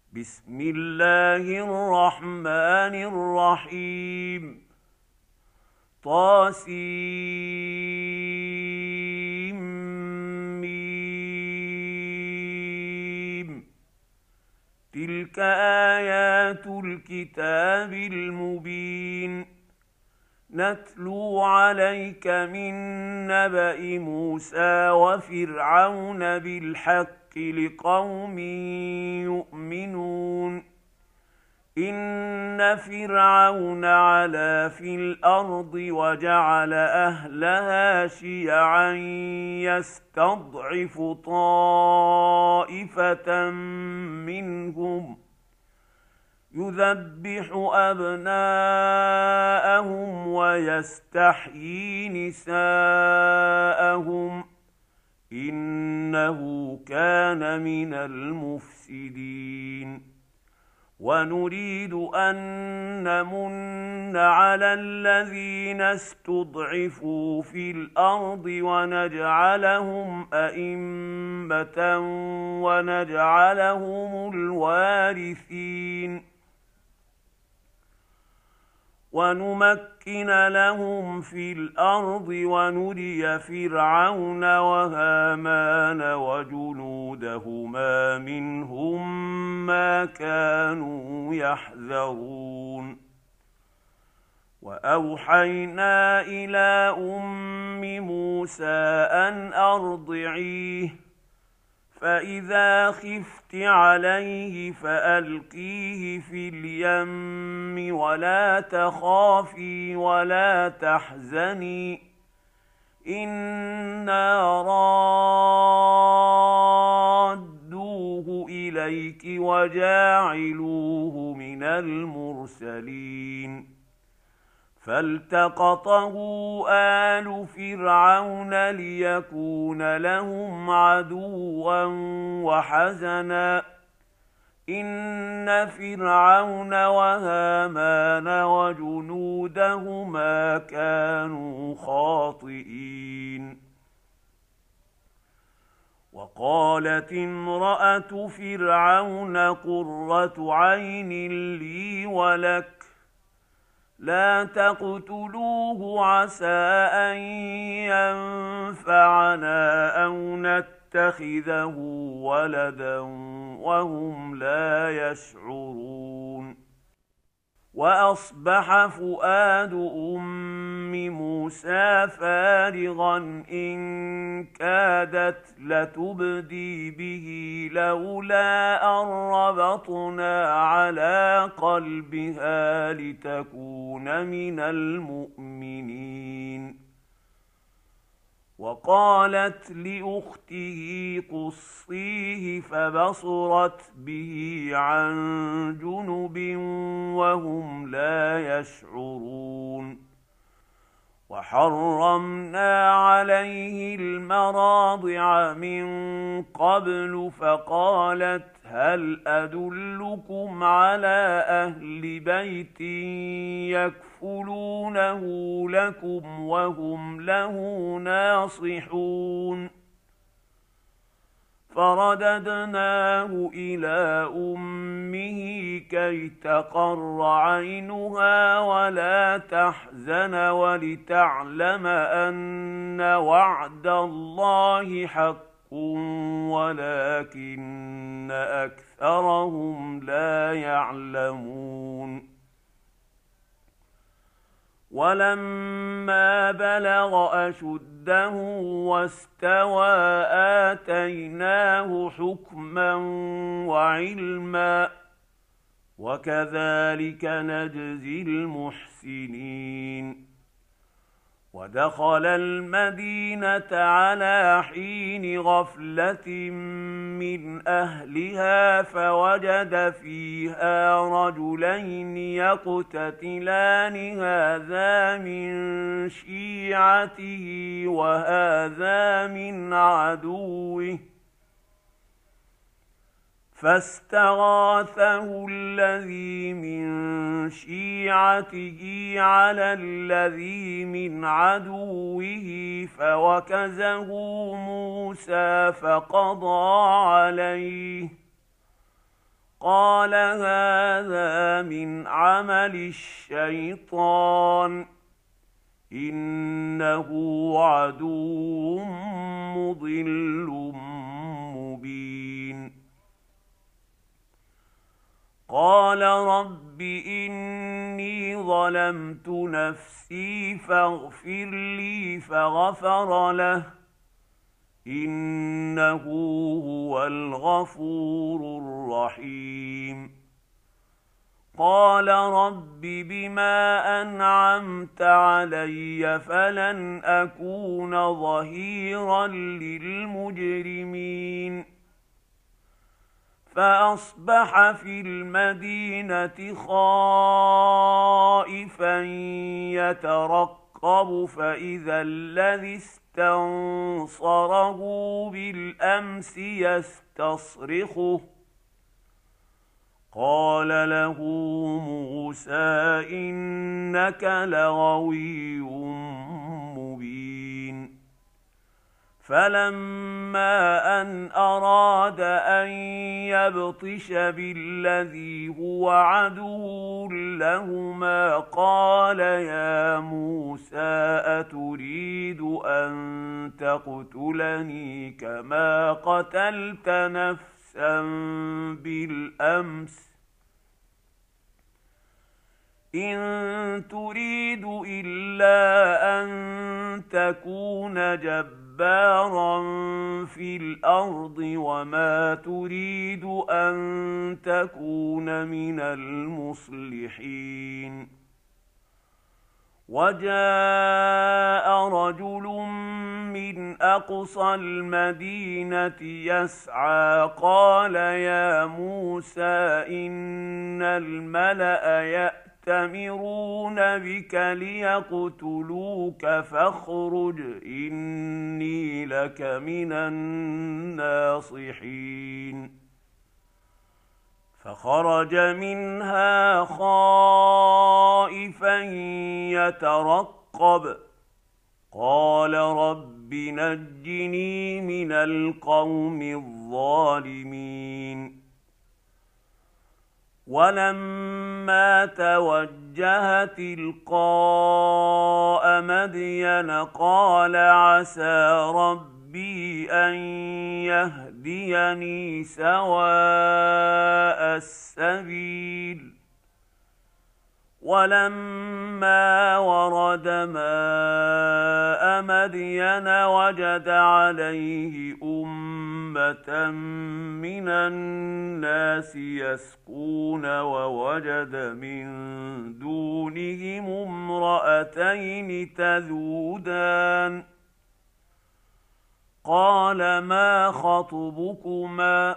بسم الله الرحمن الرحيم طاسيم تلك آيات الكتاب المبين نتلو عليك من نبأ موسى وفرعون بالحق لقوم يؤمنون إن فرعون علا في الأرض وجعل أهلها شيعا يستضعف طائفة منهم يذبح أبناءهم ويستحيي نساءهم إنه كان من المفسدين ونريد أن نمن على الذين استضعفوا في الأرض ونجعلهم أئمة ونجعلهم الوارثين ونمكن لهم في الأرض ونري فرعون وهامان وجنودهما منهم ما كانوا يحذرون وأوحينا إلى أم موسى أن أرضعيه فإذا خفت عليه فألقيه في اليم ولا تخافي ولا تحزني إنا رادوه إليك وجاعلوه من المرسلين فالتقطه آل فرعون ليكون لهم عدوا وحزنا إن فرعون وهامان وجنودهما كانوا خاطئين وقالت امرأة فرعون قرة عين لي ولك لا تقتلوه عسى أن ينفعنا أو نتخذه ولدا وهم لا يشعرون وأصبح فؤاد أم موسى فارغا إن كادت لتبدي به لولا أن ربطنا على قلبها لتكون من المؤمنين وقالت لأخته قصيه فبصرت به عن جنب وهم لا يشعرون وحرمنا عليه المراضع من قبل فقالت هل أدلكم على أهل بيت يكفلونه لكم وهم له ناصحون فرددناه إلى أمه كي تقر عينها ولا تحزن ولتعلم أن وعد الله حق ولكن أكثرهم لا يعلمون ولما بلغ أشده واستوى آتيناه حكما وعلما وكذلك نجزي المحسنين ودخل المدينة على حين غفلة من أهلها فوجد فيها رجلين يقتتلان هذا من شيعته وهذا من عدوه فاستغاثه الذي من شيعته على الذي من عدوه فوكزه موسى فقضى عليه قال هذا من عمل الشيطان إنه عدو مضل مبين. قال رب إني ظلمت نفسي فاغفر لي فغفر له إنه هو الغفور الرحيم. قال رب بما أنعمت علي فلن أكون ظهيرا للمجرمين. فأصبح في المدينة خائفا يترقب فإذا الذي استنصره بالأمس يستصرخه. قال له موسى إنك لغوي مبين. فلما أن أراد أن يبطش بالذي هو عدو لهما قال يا موسى أتريد أن تقتلني كما قتلت نفسا بالأمس إن تريد إلا أن تكون جبارا في الأرض وما تريد أن تكون من المصلحين. وجاء رجل من أقصى المدينة يسعى قال يا موسى إن الملأ يأتمرون بك ليقتلوك فاخرج إني لك من الناصحين. فخرج منها خائفا يترقب قال رب نجني من القوم الظالمين. ولما توجه تلقاء مدين قال عسى ربي أن يهديني سواء السبيل. ولما ورد ماء مدين وجد عليه أمة من الناس يسقون ووجد من دونهم امرأتين تذودان قال ما خطبكما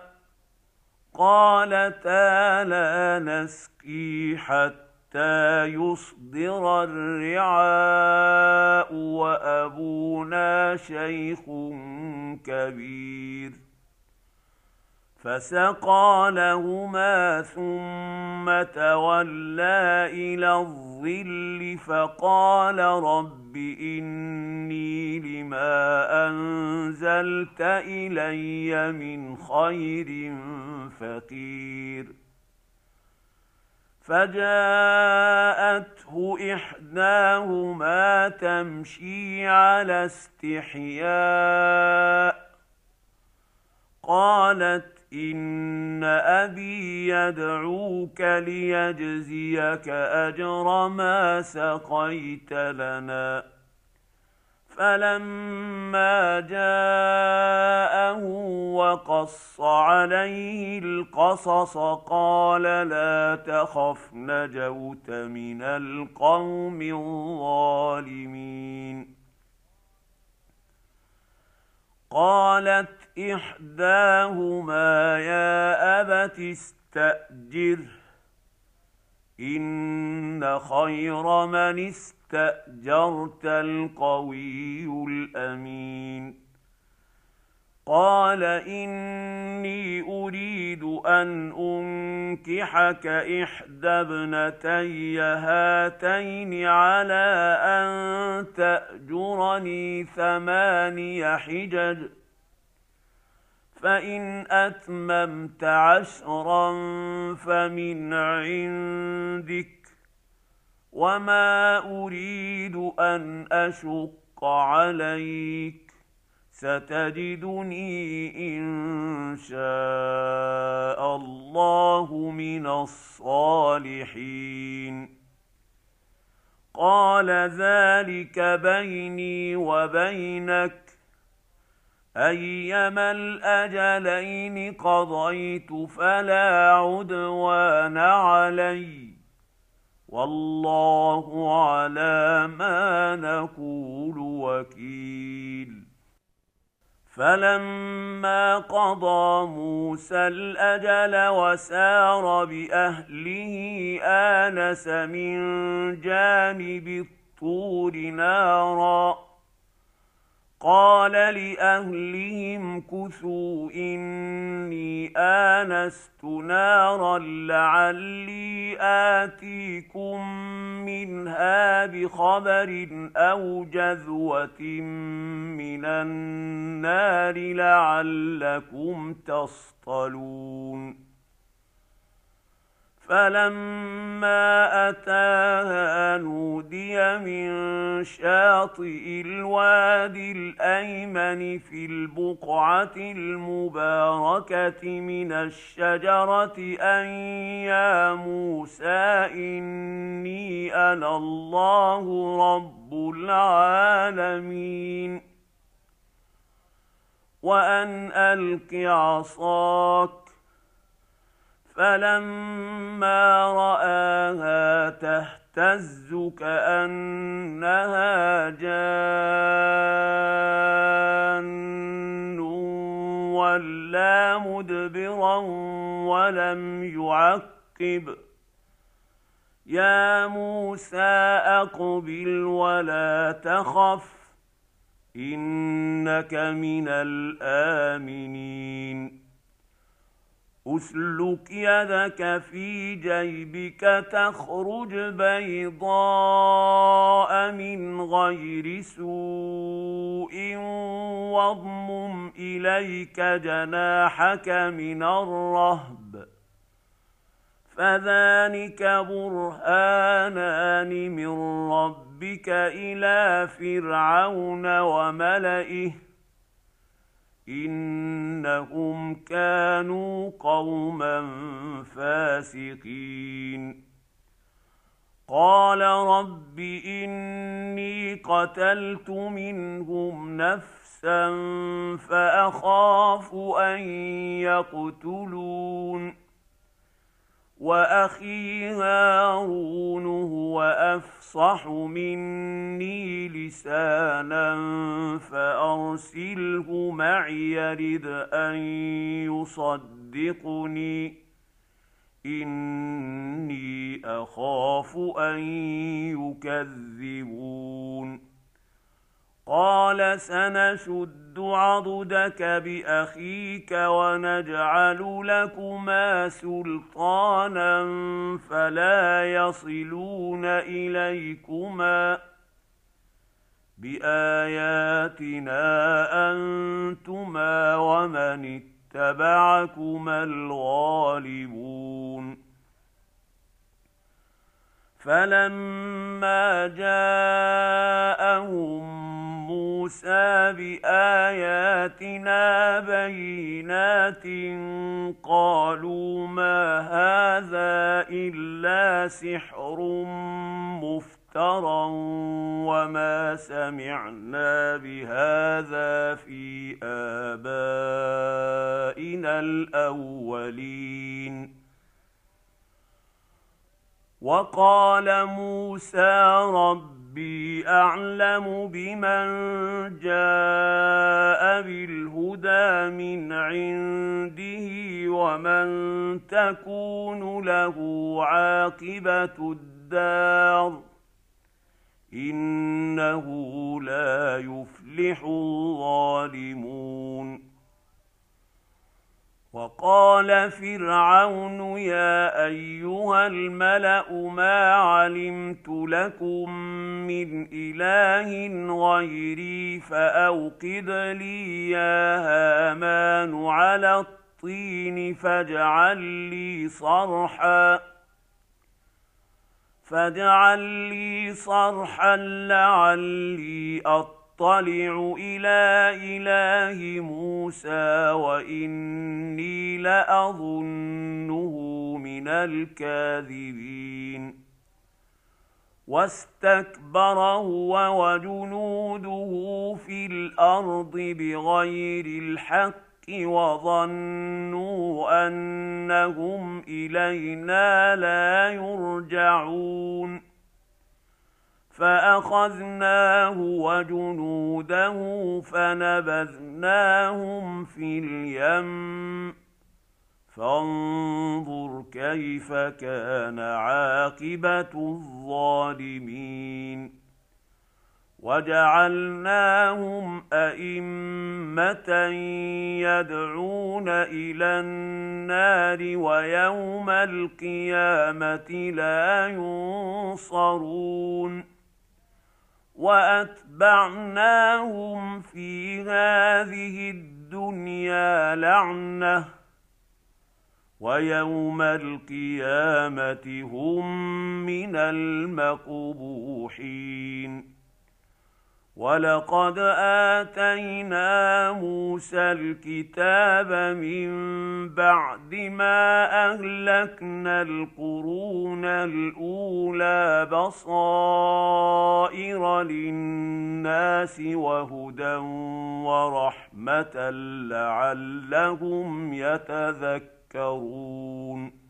قالتا لا نسقي حتى يصدر الرعاء وأبونا شيخ كبير. فسقى لهما ثم تولى إلى الظل فقال رب إني لما أنزلت إلي من خير فقير. فجاءته إحداهما تمشي على استحياء قالت إن أبي يدعوك ليجزيك أجر ما سقيت لنا. فلما جاءه وقص عليه القصص قال لا تخف نجوت من القوم الظالمين. قالت إحداهما يا أبت استأجره إن خير من استأجرت القوي الأمين. قال إني أريد أن أنكحك إحدى ابنتي هاتين على أن تأجرني 8 حجج فإن أتممت 10 فمن عندك وما أريد أن أشق عليك ستجدني إن شاء الله من الصالحين قال ذلك بيني وبينك أيما الأجلين قضيت فلا عدوان علي والله على ما نقول وكيل فلما قضى موسى الأجل وسار بأهله آنس من جانب الطور نارا قال لأهلهم كثوا إني آنست نارا لعلي آتيكم منها بخبر أو جذوة من النار لعلكم تصطلون فلما أتاها نودي من شاطئ الوادي الأيمن في البقعة المباركة من الشجرة أن يا موسى إني أنا الله رب العالمين وأن ألق عصاك فلما رآها تهتز كأنها جان ولا مدبرا ولم يعقب يا موسى أقبل ولا تخف إنك من الآمنين أسلك يدك في جيبك تخرج بيضاء من غير سوء واضمم إليك جناحك من الرهب فذلك برهانان من ربك إلى فرعون وملئه إنهم كانوا قوما فاسقين قال رب إني قتلت منهم نفسا فأخاف أن يقتلون وأخي هارون هو أفصح مني لسانا فأرسله معي يرد أن يصدقني إني أخاف أن يكذبون قال سنشد عضدك بأخيك ونجعل لكما سلطانا فلا يصلون إليكما بآياتنا أنتما ومن اتبعكما الغالبون فلما جاءهم موسى بآياتنا بينات قالوا ما هذا إلا سحر مفترى وما سمعنا بهذا في آبائنا الأولين وقال موسى ربي أعلم بمن جاء بالهدى من عنده ومن تكون له عاقبة الدار إنه لا يفلح الظالمون وقال فرعون يا أيها الملأ ما علمت لكم من إله غيري فأوقد لي يا هامان على الطين فاجعل لي صرحا لعلي أطلع إلى إله موسى وإني لأظنه من الكاذبين. واستكبر هو وجنوده في الأرض بغير الحق وظنوا أنهم إلينا لا يرجعون فأخذناه وجنوده فنبذناهم في اليم فانظر كيف كان عاقبة الظالمين. وجعلناهم أئمة يدعون إلى النار ويوم القيامة لا ينصرون. وأتبعناهم في هذه الدنيا لعنة ويوم القيامة هم من المقبوحين. ولقد آتينا موسى الكتاب من بعد ما أهلكنا القرون الأولى بصائر للناس وهدى ورحمة لعلهم يتذكرون.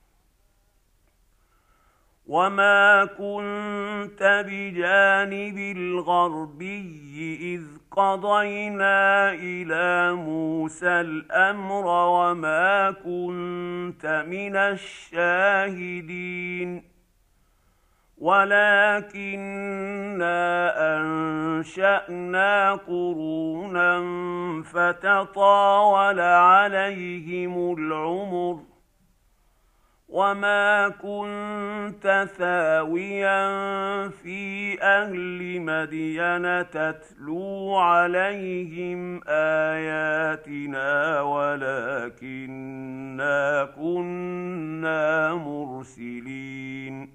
وما كنت بجانب الغربي إذ قضينا إلى موسى الأمر وما كنت من الشاهدين ولكننا أنشأنا قرونا فتطاول عليهم العمر وما كنت ثاويا في أهل مدين تتلو عليهم آياتنا ولكننا كنا مرسلين.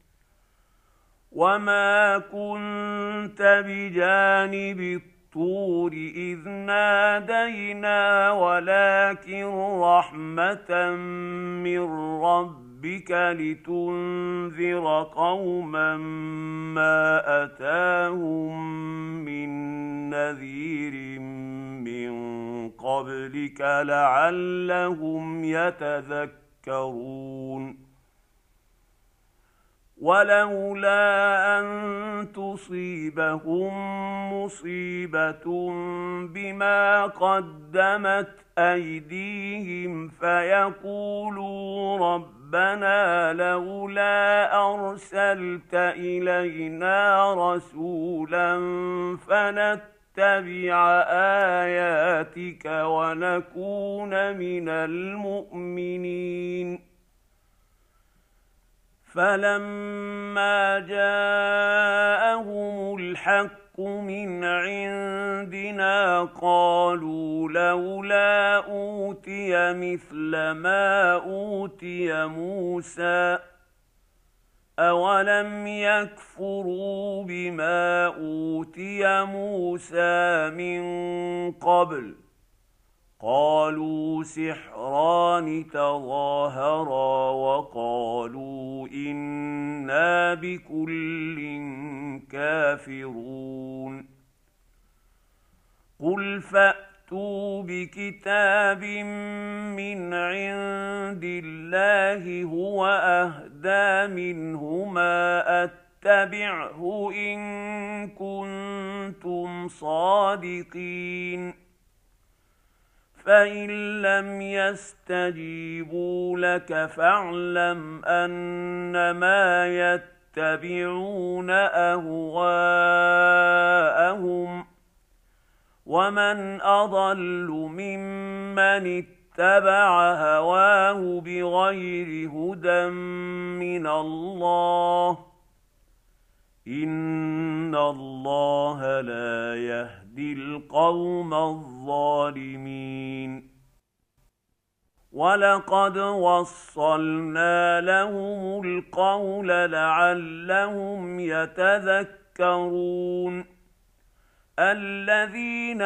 وما كنت بجانب الطور إذ نادينا ولكن رحمة من ربك لتنذر قوما ما أتاهم من نذير من قبلك لعلهم يتذكرون. ولولا أن تصيبهم مصيبة بما قدمت أيديهم فيقولوا ربنا لولا أرسلت إلينا رسولا فنتبع آياتك ونكون من المؤمنين. فلما جاءهم الحق من عندنا قالوا لولا أوتي مثل ما أوتي موسى أولم يكفروا بما أوتي موسى من قبل قالوا سحران تظاهرا وقالوا إنا بكل كافرون. قل فأتوا بكتاب من عند الله هو أهدى منهما أتبعه إن كنتم صادقين. فإن لم يستجيبوا لك فاعلم أنما يتبعون أهواءهم ومن أضل ممن اتبع هواه بغير هدى من الله إن الله لا يهدي القوم الظالمين. ولقد وصلنا لهم القول لعلهم يتذكرون الذين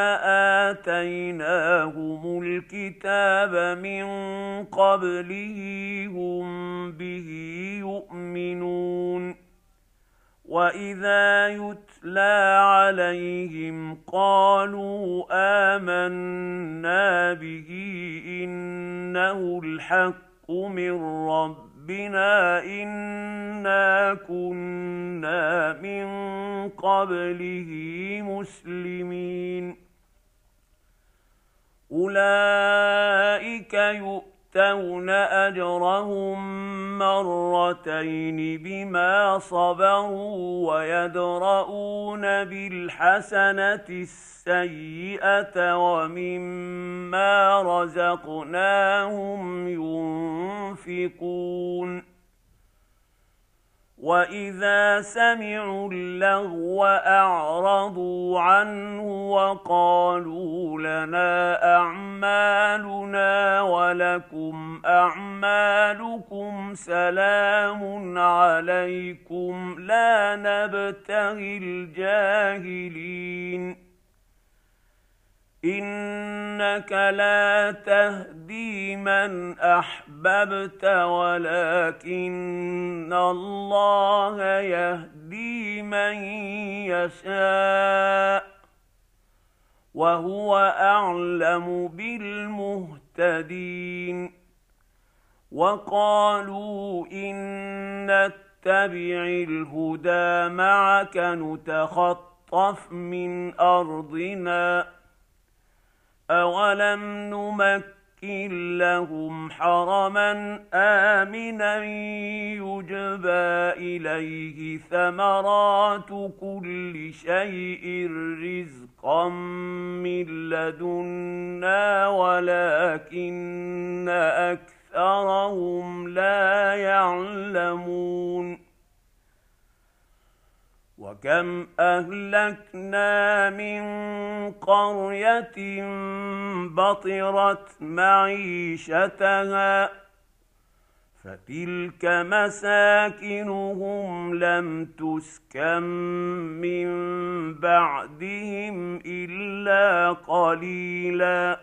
آتيناهم الكتاب من قبله هم به يؤمنون وإذا يتلى عليهم قالوا آمنا به إنه الحق من ربنا إنا كنا من قبله مسلمين أولئك يؤتون أجرهم مرتين بما صبروا ويدرؤون بالحسنة السيئة ومما رزقناهم ينفقون وإذا سمعوا اللغو أعرضوا عنه وقالوا لنا أعمالنا ولكم أعمالكم سلام عليكم لا نبتغي الجاهلين إنك لا تهدي من أحببت ولكن الله يهدي من يشاء وهو أعلم بالمهتدين وقالوا إن نتبع الهدى معك نتخطف من أرضنا أولم نمكن لهم حرما آمنا يجبى إليه ثمرات كل شيء رزقا من لدنا ولكن أكثرهم لا يعلمون وكم أهلكنا من قرية بطرت معيشتها فتلك مساكنهم لم تسكن من بعدهم إلا قليلا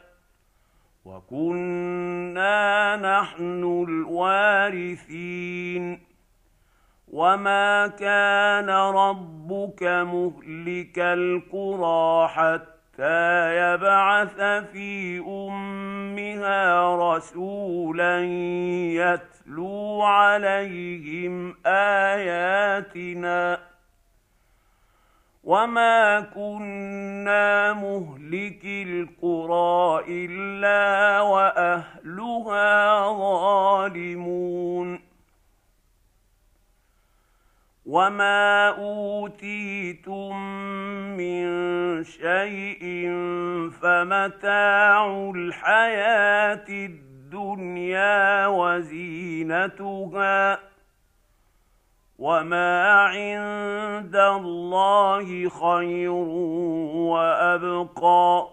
وكنا نحن الوارثين وما كان ربك مهلك القرى حتى يبعث في أمها رسولا يتلو عليهم آياتنا وما كنا مهلك القرى إلا وأهلها ظالمون وما أوتيتم من شيء فمتاع الحياة الدنيا وزينتها وما عند الله خير وأبقى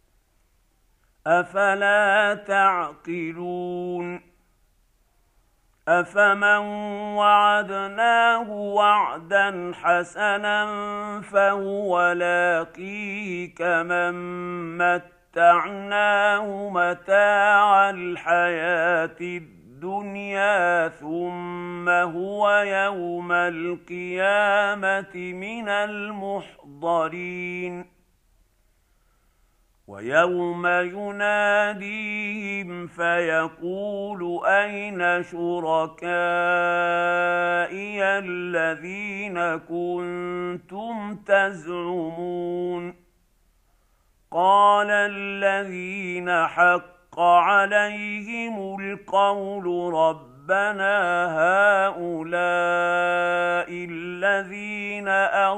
أفلا تعقلون أفمن وعدناه وعدا حسنا فهو لاقيه كمن متعناه متاع الحياة الدنيا ثم هو يوم القيامة من المحضرين ويوم يناديهم فيقول أين شركائي الذين كنتم تزعمون قال الذين حق عليهم القول ربنا هؤلاء الذين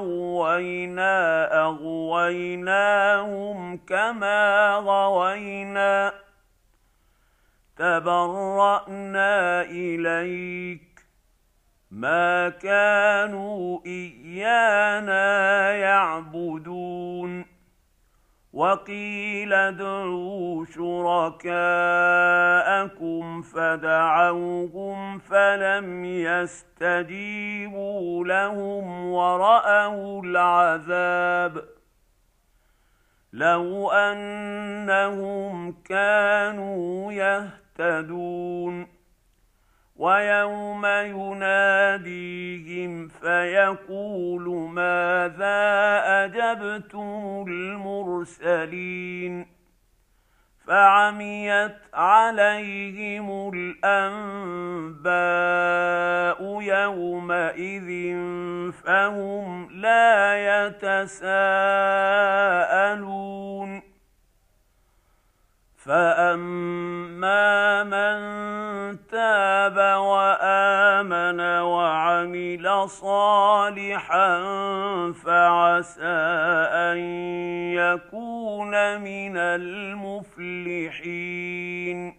أغويناهم كما غوينا تبرأنا إليك ما كانوا إيانا يعبدون وقيل ادعوا شركاءكم فدعوهم فلم يستجيبوا لهم ورأوا العذاب لو أنهم كانوا يهتدون ويوم يناديهم فيقول ماذا أجبتم المرسلين فعميت عليهم الأنباء يومئذ فهم لا يتساءلون فأما من تاب وآمن وعمل صالحا فعسى أن يكون من المفلحين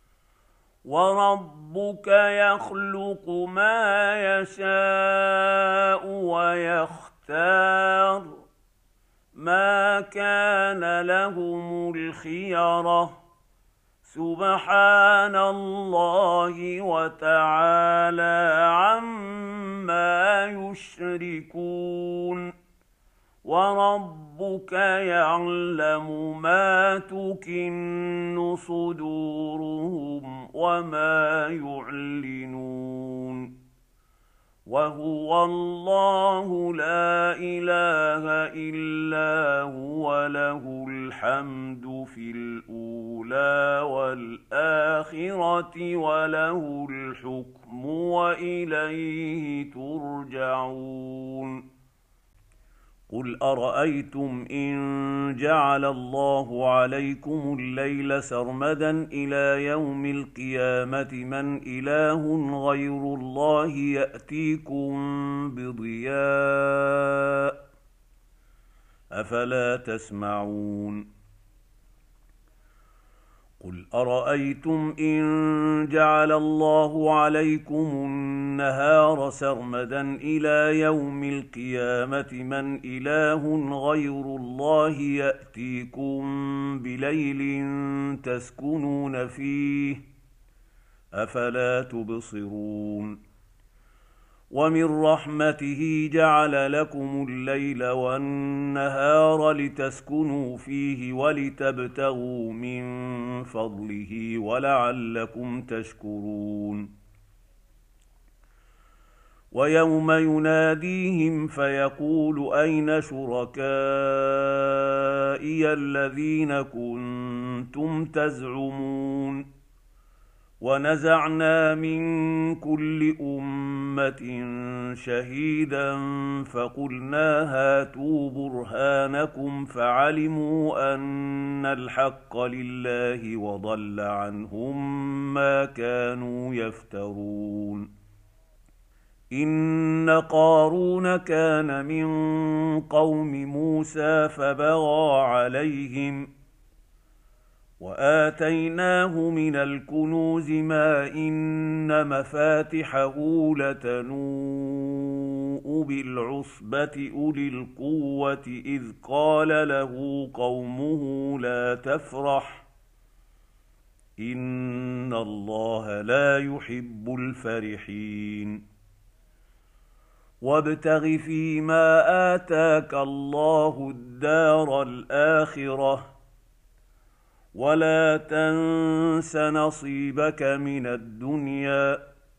وربك يخلق ما يشاء ويختار ما كان لهم الخيرة سبحان الله وتعالى عما يشركون وربك يعلم ما تكن صدورهم وما يعلنون وهو الله لا إله إلا هو له الحمد في الأولى والآخرة وله الحكم وإليه ترجعون قل أرأيتم إن جعل الله عليكم الليل سرمدا إلى يوم القيامة من إله غير الله يأتيكم بضياء أفلا تسمعون قل أرأيتم إن جعل الله عليكم النهار سرمدا إلى يوم القيامة من إله غير الله يأتيكم بليل تسكنون فيه أفلا تبصرون ومن رحمته جعل لكم الليل والنهار لتسكنوا فيه ولتبتغوا من فضله ولعلكم تشكرون ويوم يناديهم فيقول أين شركائي الذين كنتم تزعمون ونزعنا من كل أمة شهيدا فقلنا هاتوا برهانكم فعلموا أن الحق لله وضل عنهم ما كانوا يفترون إن قارون كان من قوم موسى فبغى عليهم وآتيناه من الكنوز ما إن مفاتحه لتنوء بالعصبة أولي القوة إذ قال له قومه لا تفرح إن الله لا يحب الفرحين وابتغ فيما آتاك الله الدار الآخرة ولا تنس نصيبك من الدنيا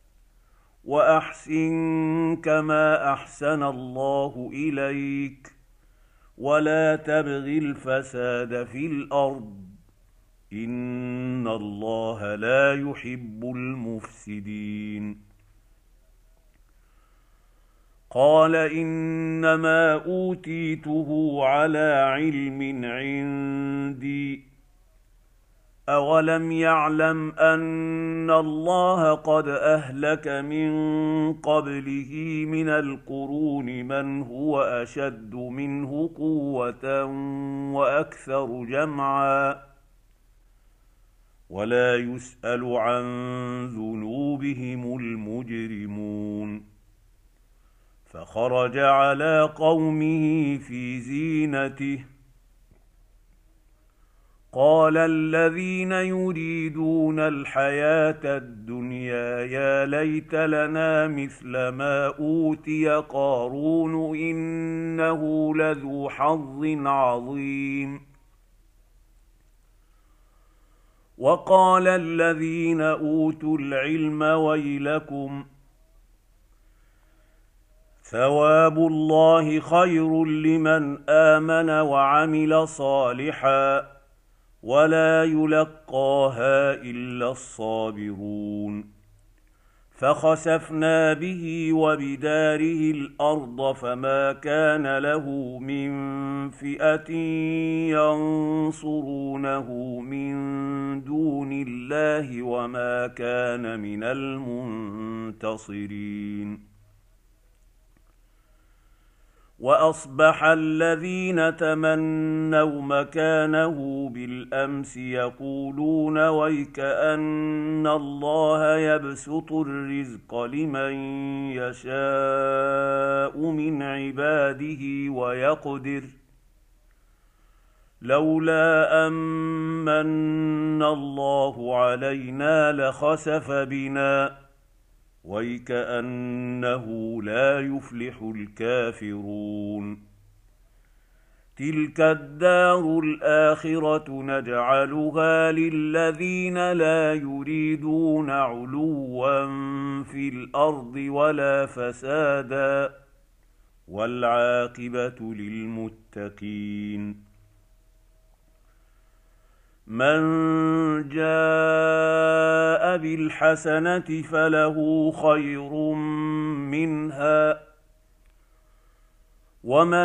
وأحسن كما أحسن الله إليك ولا تبغ الفساد في الأرض إن الله لا يحب المفسدين قال إنما أوتيته على علم عندي أولم يعلم أن الله قد أهلك من قبله من القرون من هو أشد منه قوة وأكثر جمعا ولا يسأل عن ذنوبهم المجرمون فخرج على قومه في زينته قال الذين يريدون الحياة الدنيا يا ليت لنا مثل ما أوتي قارون إنه لذو حظ عظيم. وقال الذين أوتوا العلم ويلكم ثواب الله خير لمن آمن وعمل صالحا ولا يلقاها إلا الصابرون. فخسفنا به وبداره الأرض فما كان له من فئة ينصرونه من دون الله وما كان من المنتصرين. وأصبح الذين تمنوا مكانه بالأمس يقولون ويكأن الله يبسط الرزق لمن يشاء من عباده ويقدر لولا أمن الله علينا لخسف بنا ويكأنه لا يفلح الكافرون. تلك الدار الآخرة نجعلها للذين لا يريدون علوا في الأرض ولا فسادا والعاقبة للمتقين. من جاء بالحسنة فله خير منها ومن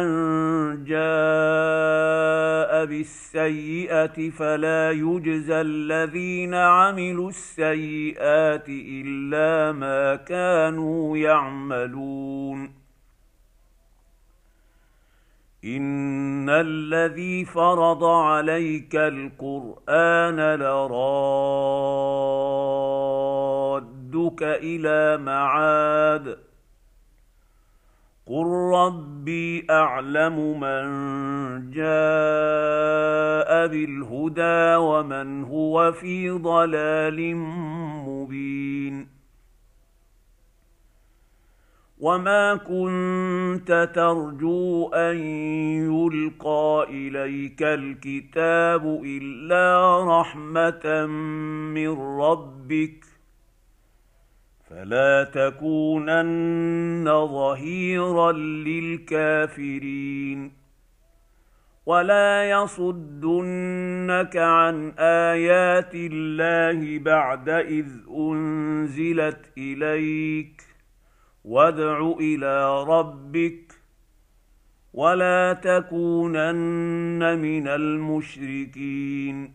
جاء بالسيئة فلا يجزى الذين عملوا السيئات إلا ما كانوا يعملون. إن الذي فرض عليك القرآن لرادك إلى معاد قل ربي أعلم من جاء بالهدى ومن هو في ضلال مبين. وما كنت ترجو أن يلقى إليك الكتاب إلا رحمة من ربك فلا تكونن ظهيرا للكافرين. ولا يصدنك عن آيات الله بعد إذ أنزلت إليك وادع إلى ربك ولا تكونن من المشركين.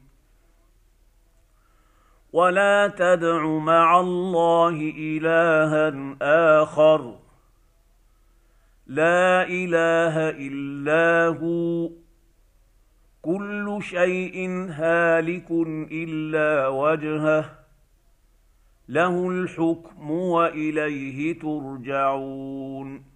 ولا تدع مع الله إلها آخر لا إله إلا هو كل شيء هالك إلا وجهه له الحكم وإليه ترجعون.